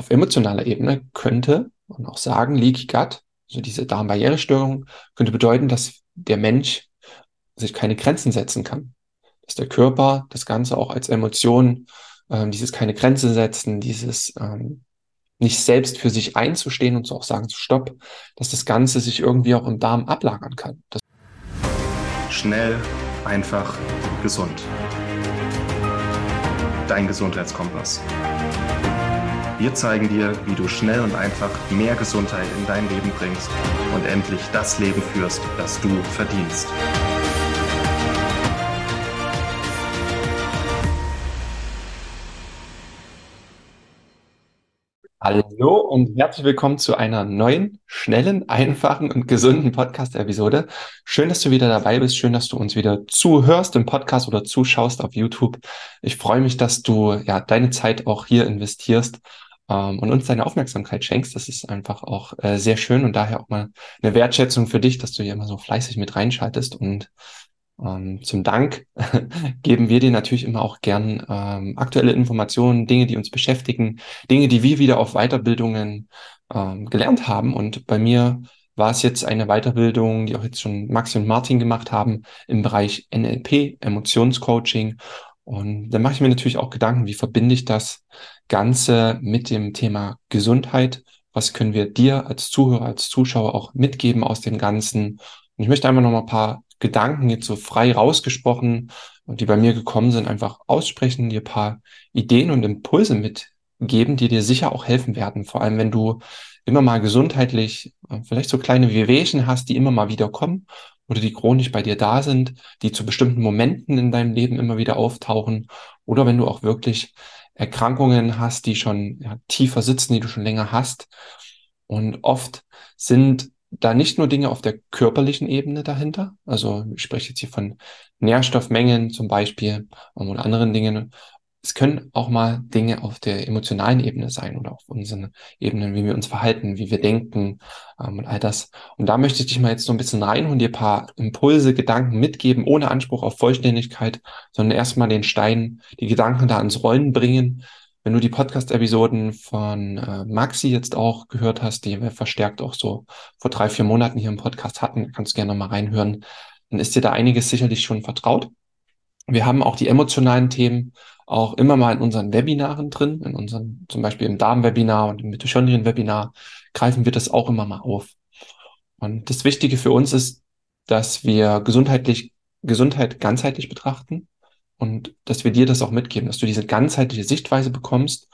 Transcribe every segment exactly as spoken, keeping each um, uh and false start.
auf emotionaler Ebene könnte man auch sagen, Leaky Gut, also diese Darmbarrierestörung, könnte bedeuten, dass der Mensch sich keine Grenzen setzen kann. Dass der Körper das Ganze auch als Emotion, ähm, dieses keine Grenze setzen, dieses ähm, nicht selbst für sich einzustehen und so auch sagen, so Stopp, dass das Ganze sich irgendwie auch im Darm ablagern kann. Das Schnell, einfach, gesund. Dein Gesundheitskompass. Wir zeigen dir, wie du schnell und einfach mehr Gesundheit in dein Leben bringst und endlich das Leben führst, das du verdienst. Hallo und herzlich willkommen zu einer neuen, schnellen, einfachen und gesunden Podcast-Episode. Schön, dass du wieder dabei bist. Schön, dass du uns wieder zuhörst im Podcast oder zuschaust auf YouTube. Ich freue mich, dass du ja deine Zeit auch hier investierst ähm, und uns deine Aufmerksamkeit schenkst. Das ist einfach auch äh, sehr schön und daher auch mal eine Wertschätzung für dich, dass du hier immer so fleißig mit reinschaltest. Und ähm, zum Dank geben wir dir natürlich immer auch gern ähm, aktuelle Informationen, Dinge, die uns beschäftigen, Dinge, die wir wieder auf Weiterbildungen ähm, gelernt haben. Und bei mir war es jetzt eine Weiterbildung, die auch jetzt schon Maxi und Martin gemacht haben im Bereich N L P, Emotionscoaching. Und da mache ich mir natürlich auch Gedanken, wie verbinde ich das Ganze mit dem Thema Gesundheit? Was können wir dir als Zuhörer, als Zuschauer auch mitgeben aus dem Ganzen? Und ich möchte einfach noch mal ein paar Gedanken jetzt so frei rausgesprochen, die bei mir gekommen sind, einfach aussprechen, dir ein paar Ideen und Impulse mitgeben, die dir sicher auch helfen werden. Vor allem, wenn du immer mal gesundheitlich äh, vielleicht so kleine Wehwehchen hast, die immer mal wieder kommen oder die chronisch bei dir da sind, die zu bestimmten Momenten in deinem Leben immer wieder auftauchen oder wenn du auch wirklich Erkrankungen hast, die schon ja, tiefer sitzen, die du schon länger hast. Und oft sind da nicht nur Dinge auf der körperlichen Ebene dahinter, also ich spreche jetzt hier von Nährstoffmengen zum Beispiel ähm, oder anderen Dingen. Es können auch mal Dinge auf der emotionalen Ebene sein oder auf unseren Ebenen, wie wir uns verhalten, wie wir denken ähm, und all das. Und da möchte ich dich mal jetzt so ein bisschen reinholen, dir ein paar Impulse, Gedanken mitgeben, ohne Anspruch auf Vollständigkeit, sondern erstmal den Stein, die Gedanken da ans Rollen bringen. Wenn du die Podcast-Episoden von äh, Maxi jetzt auch gehört hast, die wir verstärkt auch so vor drei, vier Monaten hier im Podcast hatten, kannst du gerne noch mal reinhören, dann ist dir da einiges sicherlich schon vertraut. Wir haben auch die emotionalen Themen auch immer mal in unseren Webinaren drin, in unseren, zum Beispiel im Darm-Webinar und im Mitochondrien-Webinar greifen wir das auch immer mal auf. Und das Wichtige für uns ist, dass wir gesundheitlich, Gesundheit ganzheitlich betrachten und dass wir dir das auch mitgeben, dass du diese ganzheitliche Sichtweise bekommst.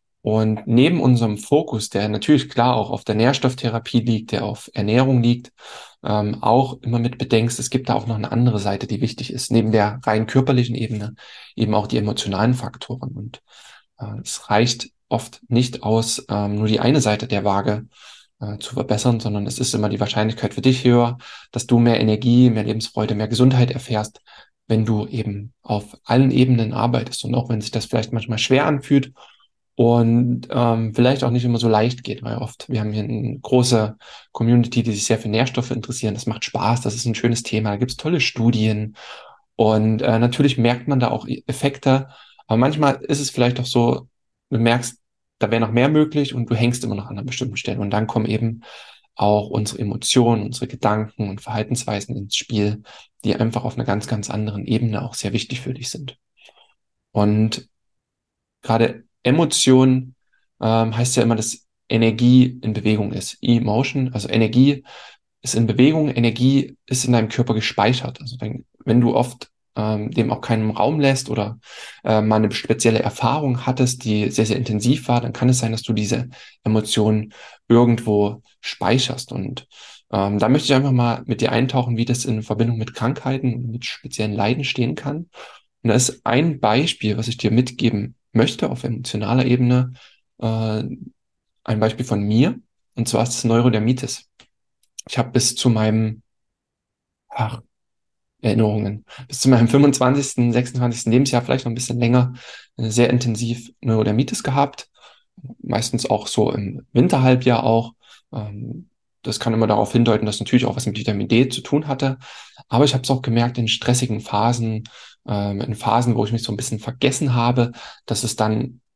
Und neben unserem Fokus, der natürlich klar auch auf der Nährstofftherapie liegt, der auf Ernährung liegt, ähm, auch immer mit bedenkst, es gibt da auch noch eine andere Seite, die wichtig ist, neben der rein körperlichen Ebene, eben auch die emotionalen Faktoren. Und äh, es reicht oft nicht aus, ähm, nur die eine Seite der Waage äh, zu verbessern, sondern es ist immer die Wahrscheinlichkeit für dich höher, dass du mehr Energie, mehr Lebensfreude, mehr Gesundheit erfährst, wenn du eben auf allen Ebenen arbeitest. Und auch wenn sich das vielleicht manchmal schwer anfühlt und ähm, vielleicht auch nicht immer so leicht geht, weil oft, wir haben hier eine große Community, die sich sehr für Nährstoffe interessieren. Das macht Spaß, das ist ein schönes Thema, da gibt's tolle Studien und äh, natürlich merkt man da auch Effekte, aber manchmal ist es vielleicht auch so, du merkst, da wäre noch mehr möglich und du hängst immer noch an einer bestimmten Stelle und dann kommen eben auch unsere Emotionen, unsere Gedanken und Verhaltensweisen ins Spiel, die einfach auf einer ganz, ganz anderen Ebene auch sehr wichtig für dich sind. Und gerade Emotion ähm, heißt ja immer, dass Energie in Bewegung ist. Emotion, also Energie ist in Bewegung, Energie ist in deinem Körper gespeichert. Also wenn, wenn du oft ähm, dem auch keinen Raum lässt oder äh, mal eine spezielle Erfahrung hattest, die sehr, sehr intensiv war, dann kann es sein, dass du diese Emotionen irgendwo speicherst. Und ähm, da möchte ich einfach mal mit dir eintauchen, wie das in Verbindung mit Krankheiten und mit speziellen Leiden stehen kann. Und da ist ein Beispiel, was ich dir mitgeben möchte auf emotionaler Ebene, äh, ein Beispiel von mir, und zwar ist es Neurodermitis. Ich habe bis zu meinem, ach, Erinnerungen, bis zu meinem fünfundzwanzigsten., sechsundzwanzigsten. Lebensjahr, vielleicht noch ein bisschen länger, äh, sehr intensiv Neurodermitis gehabt. Meistens auch so im Winterhalbjahr auch. Ähm, das kann immer darauf hindeuten, dass natürlich auch was mit Vitamin D zu tun hatte. Aber ich habe es auch gemerkt in stressigen Phasen, ähm, in Phasen, wo ich mich so ein bisschen vergessen habe, dass es dann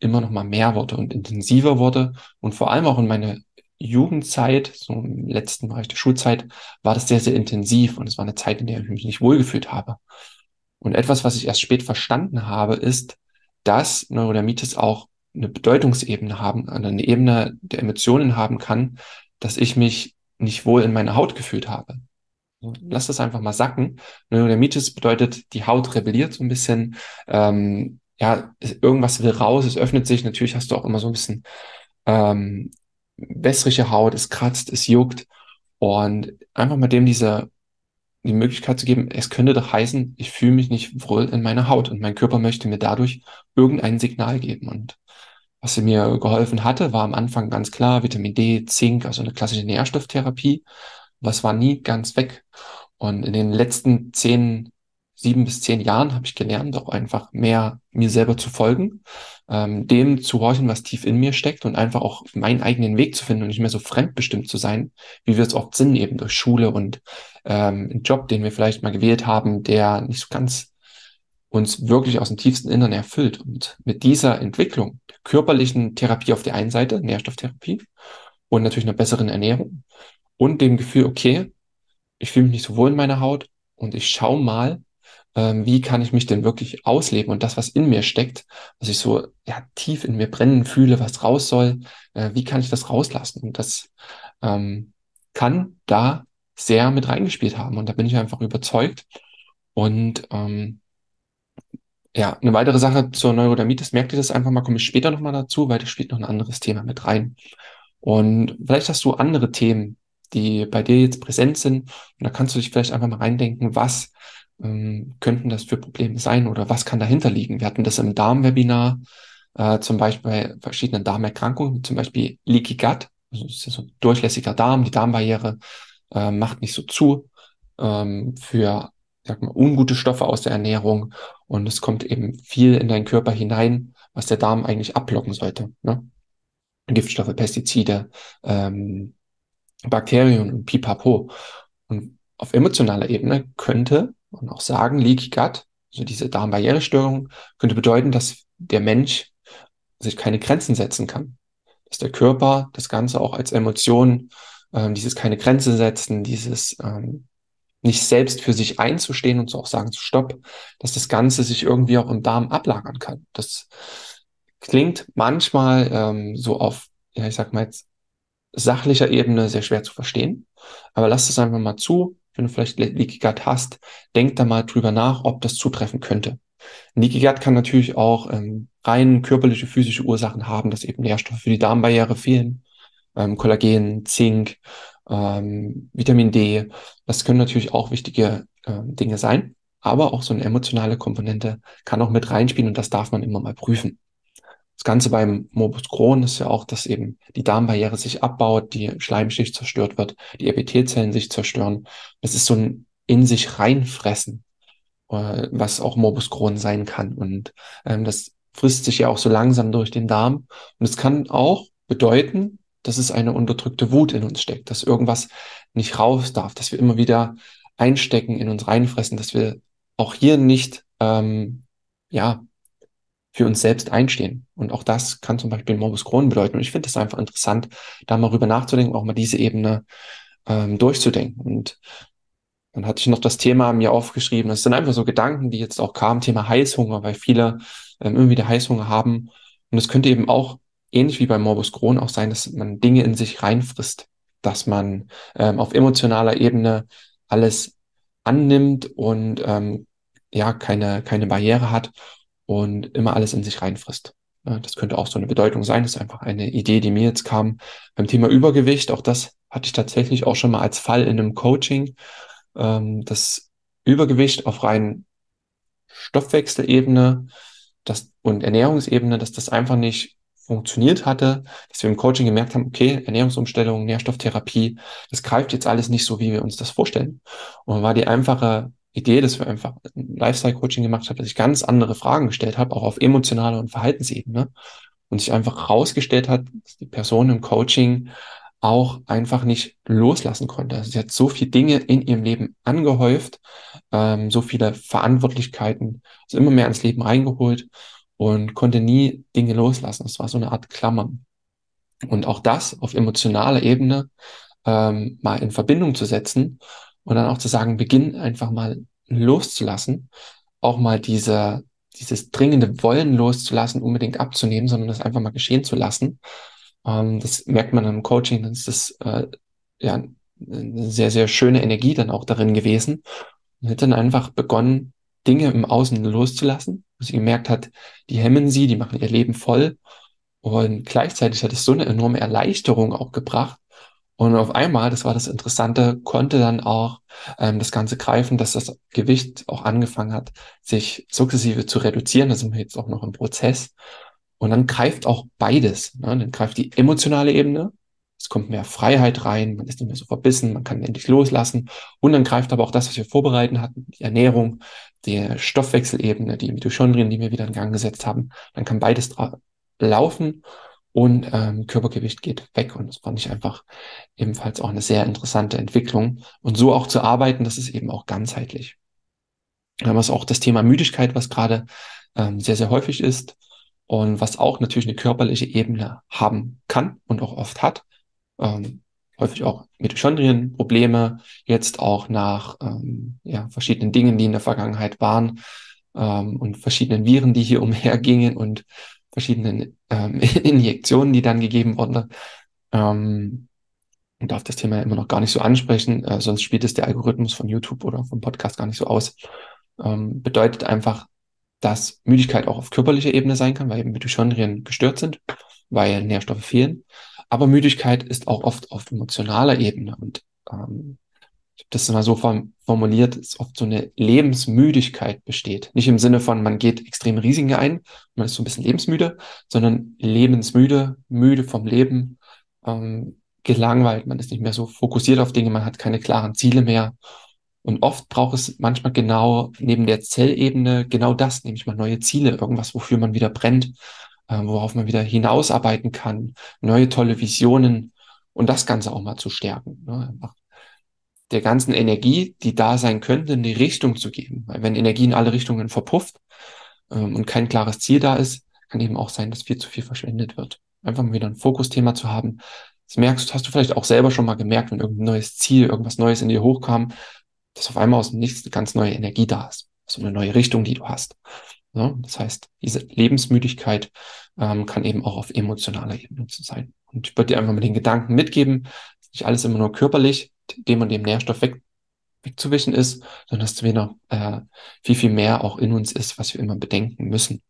immer noch mal mehr wurde und intensiver wurde. Und vor allem auch in meiner Jugendzeit, so im letzten Bereich der Schulzeit, war das sehr, sehr intensiv. Und es war eine Zeit, in der ich mich nicht wohlgefühlt habe. Und etwas, was ich erst spät verstanden habe, ist, dass Neurodermitis auch eine Bedeutungsebene haben, eine Ebene der Emotionen haben kann, dass ich mich nicht wohl in meiner Haut gefühlt habe. Lass das einfach mal sacken. Neurodermitis bedeutet, die Haut rebelliert so ein bisschen. Ähm, ja, irgendwas will raus, es öffnet sich. Natürlich hast du auch immer so ein bisschen ähm, wässrige Haut, es kratzt, es juckt. Und einfach mal dem diese die Möglichkeit zu geben, es könnte doch heißen, ich fühle mich nicht wohl in meiner Haut und mein Körper möchte mir dadurch irgendein Signal geben. Und was sie mir geholfen hatte, war am Anfang ganz klar Vitamin D, Zink, also eine klassische Nährstofftherapie. Was war nie ganz weg. Und in den letzten zehn, sieben bis zehn Jahren habe ich gelernt, auch einfach mehr mir selber zu folgen, ähm, dem zu horchen, was tief in mir steckt und einfach auch meinen eigenen Weg zu finden und nicht mehr so fremdbestimmt zu sein, wie wir es oft sind, eben durch Schule und ähm, einen Job, den wir vielleicht mal gewählt haben, der nicht so ganz uns wirklich aus dem tiefsten Innern erfüllt. Und mit dieser Entwicklung der körperlichen Therapie auf der einen Seite, Nährstofftherapie, und natürlich einer besseren Ernährung und dem Gefühl, okay, ich fühle mich nicht so wohl in meiner Haut und ich schaue mal, ähm, wie kann ich mich denn wirklich ausleben und das, was in mir steckt, was ich so ja, tief in mir brennen fühle, was raus soll, äh, wie kann ich das rauslassen? Und das ähm, kann da sehr mit reingespielt haben und da bin ich einfach überzeugt. Und ähm, ja, eine weitere Sache zur Neurodermitis, merkt ihr das einfach mal, komme ich später nochmal dazu, weil das spielt noch ein anderes Thema mit rein. Und vielleicht hast du andere Themen, die bei dir jetzt präsent sind. Und da kannst du dich vielleicht einfach mal reindenken, was ähm, könnten das für Probleme sein oder was kann dahinter liegen. Wir hatten das im Darmwebinar, äh, zum Beispiel bei verschiedenen Darmerkrankungen, zum Beispiel Leaky Gut. Also das ist ja so ein durchlässiger Darm, die Darmbarriere äh, macht nicht so zu ähm, für sag mal, ungute Stoffe aus der Ernährung und es kommt eben viel in deinen Körper hinein, was der Darm eigentlich abblocken sollte. Ne? Giftstoffe, Pestizide, ähm, Bakterien und Pipapo. Und auf emotionaler Ebene könnte man auch sagen, Leaky Gut, also diese Darmbarrierestörung, könnte bedeuten, dass der Mensch sich keine Grenzen setzen kann. Dass der Körper das Ganze auch als Emotion, ähm, dieses keine Grenze setzen, dieses ähm, nicht selbst für sich einzustehen und so auch sagen, stopp, dass das Ganze sich irgendwie auch im Darm ablagern kann. Das klingt manchmal ähm, so auf, ja, ich sag mal jetzt, sachlicher Ebene sehr schwer zu verstehen. Aber lass es einfach mal zu. Wenn du vielleicht Leaky Gut hast, denk da mal drüber nach, ob das zutreffen könnte. Leaky Gut kann natürlich auch ähm, rein körperliche, physische Ursachen haben, dass eben Nährstoffe für die Darmbarriere fehlen. Ähm, Kollagen, Zink, ähm, Vitamin D. Das können natürlich auch wichtige ähm, Dinge sein. Aber auch so eine emotionale Komponente kann auch mit reinspielen und das darf man immer mal prüfen. Das Ganze beim Morbus Crohn ist ja auch, dass eben die Darmbarriere sich abbaut, die Schleimschicht zerstört wird, die Epithelzellen sich zerstören. Das ist so ein in sich reinfressen, äh, was auch Morbus Crohn sein kann. Und ähm, das frisst sich ja auch so langsam durch den Darm. Und es kann auch bedeuten, dass es eine unterdrückte Wut in uns steckt, dass irgendwas nicht raus darf, dass wir immer wieder einstecken, in uns reinfressen, dass wir auch hier nicht, ähm, ja, für uns selbst einstehen. Und auch das kann zum Beispiel Morbus Crohn bedeuten. Und ich finde es einfach interessant, da mal rüber nachzudenken, auch mal diese Ebene ähm, durchzudenken. Und dann hatte ich noch das Thema mir aufgeschrieben. Das sind einfach so Gedanken, die jetzt auch kamen, Thema Heißhunger, weil viele ähm, irgendwie wieder Heißhunger haben. Und es könnte eben auch, ähnlich wie bei Morbus Crohn, auch sein, dass man Dinge in sich reinfrisst, dass man ähm, auf emotionaler Ebene alles annimmt und ähm, ja, keine, keine Barriere hat und immer alles in sich reinfrisst. Ja, das könnte auch so eine Bedeutung sein. Das ist einfach eine Idee, die mir jetzt kam beim Thema Übergewicht. Auch das hatte ich tatsächlich auch schon mal als Fall in einem Coaching, ähm, das Übergewicht auf rein Stoffwechselebene das, und Ernährungsebene, dass das einfach nicht funktioniert hatte, dass wir im Coaching gemerkt haben, okay, Ernährungsumstellung, Nährstofftherapie, das greift jetzt alles nicht so, wie wir uns das vorstellen. Und dann war die einfache Idee, dass wir einfach ein Lifestyle-Coaching gemacht haben, dass ich ganz andere Fragen gestellt habe, auch auf emotionaler und Verhaltensebene. Und sich einfach herausgestellt hat, dass die Person im Coaching auch einfach nicht loslassen konnte. Also sie hat so viele Dinge in ihrem Leben angehäuft, ähm, so viele Verantwortlichkeiten, also immer mehr ins Leben reingeholt und konnte nie Dinge loslassen. Es war so eine Art Klammern. Und auch das auf emotionaler Ebene ähm, mal in Verbindung zu setzen und dann auch zu sagen, beginn einfach mal loszulassen, auch mal diese, dieses dringende Wollen loszulassen, unbedingt abzunehmen, sondern das einfach mal geschehen zu lassen. Ähm, das merkt man im Coaching, dann ist das äh, ja eine sehr, sehr schöne Energie dann auch darin gewesen. Und hat dann einfach begonnen, Dinge im Außen loszulassen, wo sie gemerkt hat, die hemmen sie, die machen ihr Leben voll. Und gleichzeitig hat es so eine enorme Erleichterung auch gebracht. Und auf einmal, das war das Interessante, konnte dann auch ähm, das Ganze greifen, dass das Gewicht auch angefangen hat, sich sukzessive zu reduzieren. Da sind wir jetzt auch noch im Prozess. Und dann greift auch beides. Ne? Dann greift die emotionale Ebene. Es kommt mehr Freiheit rein, man ist nicht mehr so verbissen, man kann endlich loslassen. Und dann greift aber auch das, was wir vorbereiten hatten, die Ernährung, die Stoffwechselebene, die Mitochondrien, die wir wieder in Gang gesetzt haben. Dann kann beides dra- laufen und ähm, Körpergewicht geht weg. Und das fand ich einfach ebenfalls auch eine sehr interessante Entwicklung. Und so auch zu arbeiten, das ist eben auch ganzheitlich. Dann haben wir es auch das Thema Müdigkeit, was gerade ähm, sehr, sehr häufig ist und was auch natürlich eine körperliche Ebene haben kann und auch oft hat. Ähm, häufig auch Mitochondrienprobleme, jetzt auch nach ähm, ja, verschiedenen Dingen, die in der Vergangenheit waren ähm, und verschiedenen Viren, die hier umhergingen und verschiedenen ähm, Injektionen, die dann gegeben wurden. Ähm, und darf das Thema ja immer noch gar nicht so ansprechen, äh, sonst spielt es der Algorithmus von YouTube oder vom Podcast gar nicht so aus. Ähm, bedeutet einfach, dass Müdigkeit auch auf körperlicher Ebene sein kann, weil eben Mitochondrien gestört sind, weil Nährstoffe fehlen. Aber Müdigkeit ist auch oft auf emotionaler Ebene. Und ähm, ich habe das mal so form formuliert, dass oft so eine Lebensmüdigkeit besteht. Nicht im Sinne von, man geht extreme Risiken ein, man ist so ein bisschen lebensmüde, sondern lebensmüde, müde vom Leben, ähm, gelangweilt, man ist nicht mehr so fokussiert auf Dinge, man hat keine klaren Ziele mehr. Und oft braucht es manchmal genau neben der Zellebene genau das, nämlich mal neue Ziele, irgendwas, wofür man wieder brennt, äh, worauf man wieder hinausarbeiten kann, neue tolle Visionen und das Ganze auch mal zu stärken. Ne? Einfach der ganzen Energie, die da sein könnte, eine Richtung zu geben. Weil wenn Energie in alle Richtungen verpufft ähm, und kein klares Ziel da ist, kann eben auch sein, dass viel zu viel verschwendet wird. Einfach mal wieder ein Fokusthema zu haben. Das merkst, hast du vielleicht auch selber schon mal gemerkt, wenn irgendein neues Ziel, irgendwas Neues in dir hochkam, dass auf einmal aus dem Nichts eine ganz neue Energie da ist. So eine neue Richtung, die du hast. Ja, das heißt, diese Lebensmüdigkeit ähm, kann eben auch auf emotionaler Ebene zu sein. Und ich würde dir einfach mal den Gedanken mitgeben, dass nicht alles immer nur körperlich dem und dem Nährstoff weg, wegzuwischen ist, sondern dass wir noch äh, viel, viel mehr auch in uns ist, was wir immer bedenken müssen.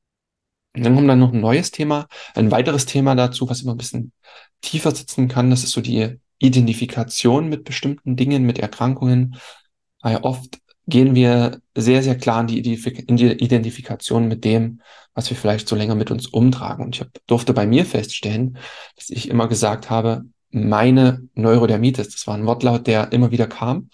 Und dann kommt dann noch ein neues Thema, ein weiteres Thema dazu, was immer ein bisschen tiefer sitzen kann. Das ist so die Identifikation mit bestimmten Dingen, mit Erkrankungen. Weil oft gehen wir sehr, sehr klar in die, in die Identifikation mit dem, was wir vielleicht so länger mit uns umtragen. Und ich hab, durfte bei mir feststellen, dass ich immer gesagt habe, meine Neurodermitis, das war ein Wortlaut, der immer wieder kam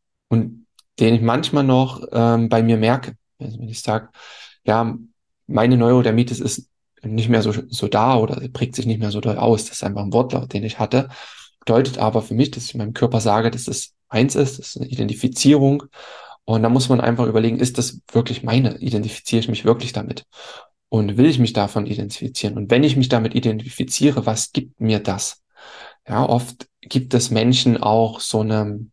und den ich manchmal noch ähm, bei mir merke. Also wenn ich sage, ja, meine Neurodermitis ist nicht mehr so, so da oder prägt sich nicht mehr so doll aus. Das ist einfach ein Wortlaut, den ich hatte. Bedeutet aber für mich, dass ich meinem Körper sage, dass das eins ist, das ist eine Identifizierung. Und da muss man einfach überlegen, ist das wirklich meine? Identifiziere ich mich wirklich damit? Und will ich mich davon identifizieren? Und wenn ich mich damit identifiziere, was gibt mir das? Ja, oft gibt es Menschen auch so eine,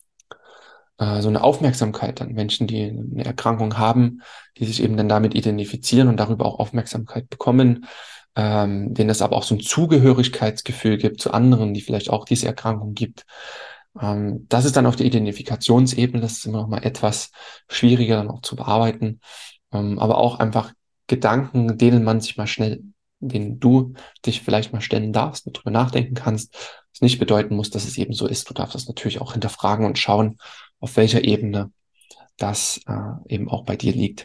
äh, so eine Aufmerksamkeit an Menschen, die eine Erkrankung haben, die sich eben dann damit identifizieren und darüber auch Aufmerksamkeit bekommen, ähm, denen es aber auch so ein Zugehörigkeitsgefühl gibt zu anderen, die vielleicht auch diese Erkrankung gibt. Ähm, das ist dann auf der Identifikationsebene, das ist immer noch mal etwas schwieriger dann auch zu bearbeiten, ähm, aber auch einfach Gedanken, denen man sich mal schnell, denen du dich vielleicht mal stellen darfst, mit drüber nachdenken kannst, was nicht bedeuten muss, dass es eben so ist. Du darfst das natürlich auch hinterfragen und schauen, auf welcher Ebene das äh, eben auch bei dir liegt.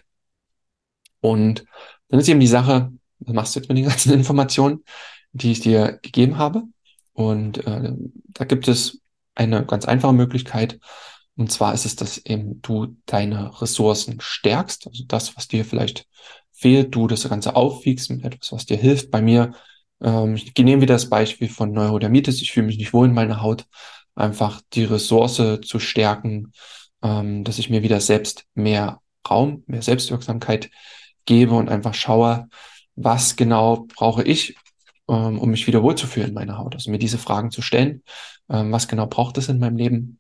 Und dann ist eben die Sache, was machst du jetzt mit den ganzen Informationen, die ich dir gegeben habe? Und äh, da gibt es eine ganz einfache Möglichkeit. Und zwar ist es, dass eben du deine Ressourcen stärkst, also das, was dir vielleicht fehlt, du das Ganze aufwiegst mit etwas, was dir hilft. Bei mir, ähm, ich nehme wieder das Beispiel von Neurodermitis. Ich fühle mich nicht wohl in meiner Haut. Einfach die Ressource zu stärken, ähm, dass ich mir wieder selbst mehr Raum, mehr Selbstwirksamkeit gebe und einfach schaue, was genau brauche ich, ähm, um mich wieder wohlzufühlen in meiner Haut. Also mir diese Fragen zu stellen, ähm, was genau braucht es in meinem Leben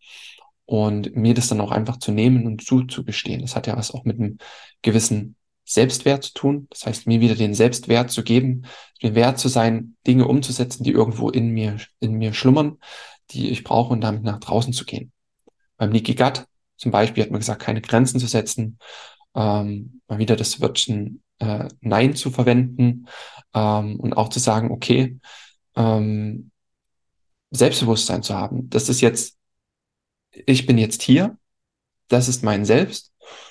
und mir das dann auch einfach zu nehmen und zuzugestehen. Das hat ja was auch mit einem gewissen Selbstwert zu tun. Das heißt, mir wieder den Selbstwert zu geben, mir wert zu sein, Dinge umzusetzen, die irgendwo in mir, in mir schlummern, die ich brauche und damit nach draußen zu gehen. Beim Leaky Gut zum Beispiel hat man gesagt, keine Grenzen zu setzen, ähm, mal wieder das Wörtchen äh, Nein zu verwenden, ähm, und auch zu sagen, okay, ähm, Selbstbewusstsein zu haben. Das ist jetzt, ich bin jetzt hier, das ist mein Selbst.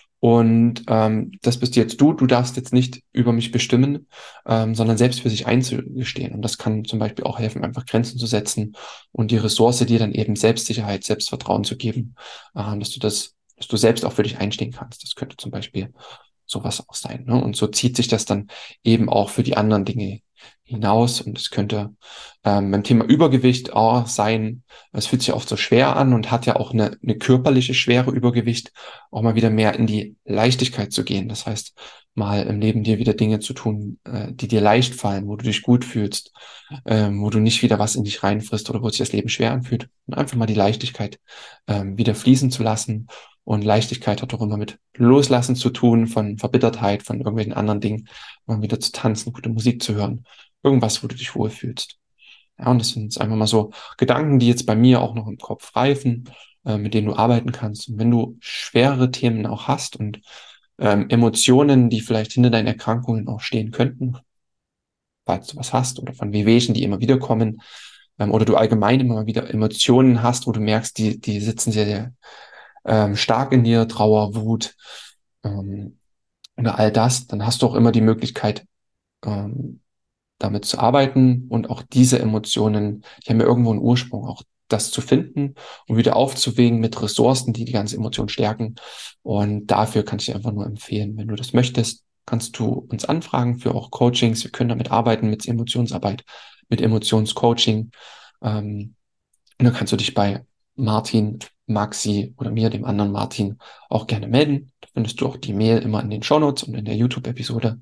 Und ähm, das bist jetzt du. Du darfst jetzt nicht über mich bestimmen, ähm, sondern selbst für sich einzugestehen. Und das kann zum Beispiel auch helfen, einfach Grenzen zu setzen und die Ressource dir dann eben Selbstsicherheit, Selbstvertrauen zu geben, ähm, dass du das, dass du selbst auch für dich einstehen kannst. Das könnte zum Beispiel sowas auch sein. Ne? Und so zieht sich das dann eben auch für die anderen Dinge hinaus. Und es könnte ähm, beim Thema Übergewicht auch sein, es fühlt sich oft so schwer an und hat ja auch eine, eine körperliche Schwere, Übergewicht, auch mal wieder mehr in die Leichtigkeit zu gehen. Das heißt, mal im Leben dir wieder Dinge zu tun, äh, die dir leicht fallen, wo du dich gut fühlst, ähm, wo du nicht wieder was in dich reinfrisst oder wo sich das Leben schwer anfühlt. Und einfach mal die Leichtigkeit ähm, wieder fließen zu lassen. Und Leichtigkeit hat auch immer mit Loslassen zu tun, von Verbittertheit, von irgendwelchen anderen Dingen, mal wieder zu tanzen, gute Musik zu hören, irgendwas, wo du dich wohlfühlst. Ja, und das sind jetzt einfach mal so Gedanken, die jetzt bei mir auch noch im Kopf reifen, äh, mit denen du arbeiten kannst. Und wenn du schwerere Themen auch hast und ähm, Emotionen, die vielleicht hinter deinen Erkrankungen auch stehen könnten, falls du was hast, oder von Wehwehchen, die immer wieder kommen, ähm, oder du allgemein immer mal wieder Emotionen hast, wo du merkst, die, die sitzen sehr, sehr ähm, stark in dir, Trauer, Wut, ähm, oder all das, dann hast du auch immer die Möglichkeit, ähm, damit zu arbeiten und auch diese Emotionen, die haben ja irgendwo einen Ursprung, auch das zu finden und wieder aufzuwägen mit Ressourcen, die die ganze Emotion stärken. Und dafür kann ich dir einfach nur empfehlen, wenn du das möchtest, kannst du uns anfragen für auch Coachings. Wir können damit arbeiten, mit Emotionsarbeit, mit Emotionscoaching. Ähm, und dann kannst du dich bei Martin, Maxi oder mir, dem anderen Martin, auch gerne melden. Da findest du auch die Mail immer in den Shownotes und in der YouTube-Episode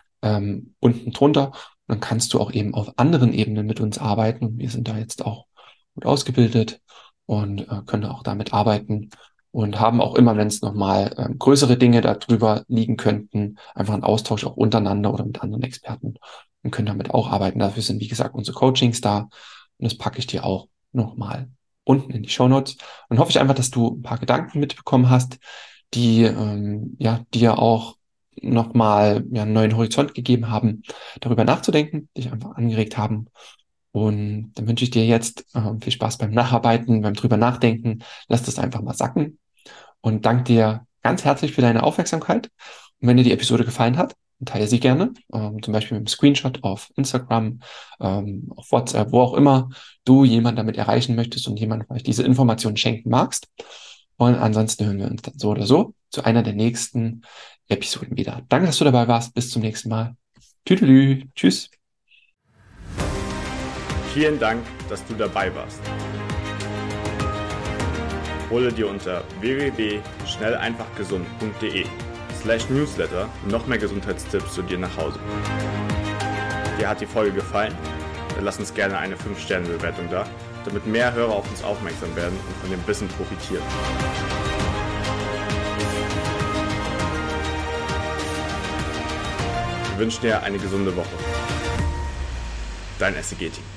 ähm, unten drunter. Und dann kannst du auch eben auf anderen Ebenen mit uns arbeiten. Und wir sind da jetzt auch gut ausgebildet und äh, können auch damit arbeiten und haben auch immer, wenn es nochmal ähm, größere Dinge darüber liegen könnten, einfach einen Austausch auch untereinander oder mit anderen Experten und können damit auch arbeiten. Dafür sind, wie gesagt, unsere Coachings da. Und das packe ich dir auch nochmal unten in die Shownotes. Und hoffe ich einfach, dass du ein paar Gedanken mitbekommen hast, die ähm, ja dir auch nochmal ja, einen neuen Horizont gegeben haben, darüber nachzudenken, dich einfach angeregt haben. Und dann wünsche ich dir jetzt äh, viel Spaß beim Nacharbeiten, beim drüber nachdenken. Lass das einfach mal sacken und danke dir ganz herzlich für deine Aufmerksamkeit. Und wenn dir die Episode gefallen hat, dann teile sie gerne, ähm, zum Beispiel mit einem Screenshot auf Instagram, ähm, auf WhatsApp, wo auch immer du jemanden damit erreichen möchtest und jemandem vielleicht diese Informationen schenken magst. Und ansonsten hören wir uns dann so oder so zu einer der nächsten Episoden wieder. Danke, dass du dabei warst. Bis zum nächsten Mal. Tüdelü. Tschüss. Vielen Dank, dass du dabei warst. Hole dir unter w w w punkt schnell einfach gesund punkt de slash newsletter noch mehr Gesundheitstipps zu dir nach Hause. Dir hat die Folge gefallen? Dann lass uns gerne eine fünf Sterne Bewertung da, damit mehr Hörer auf uns aufmerksam werden und von dem Wissen profitieren. Wir wünschen dir eine gesunde Woche. Dein S C G-Team.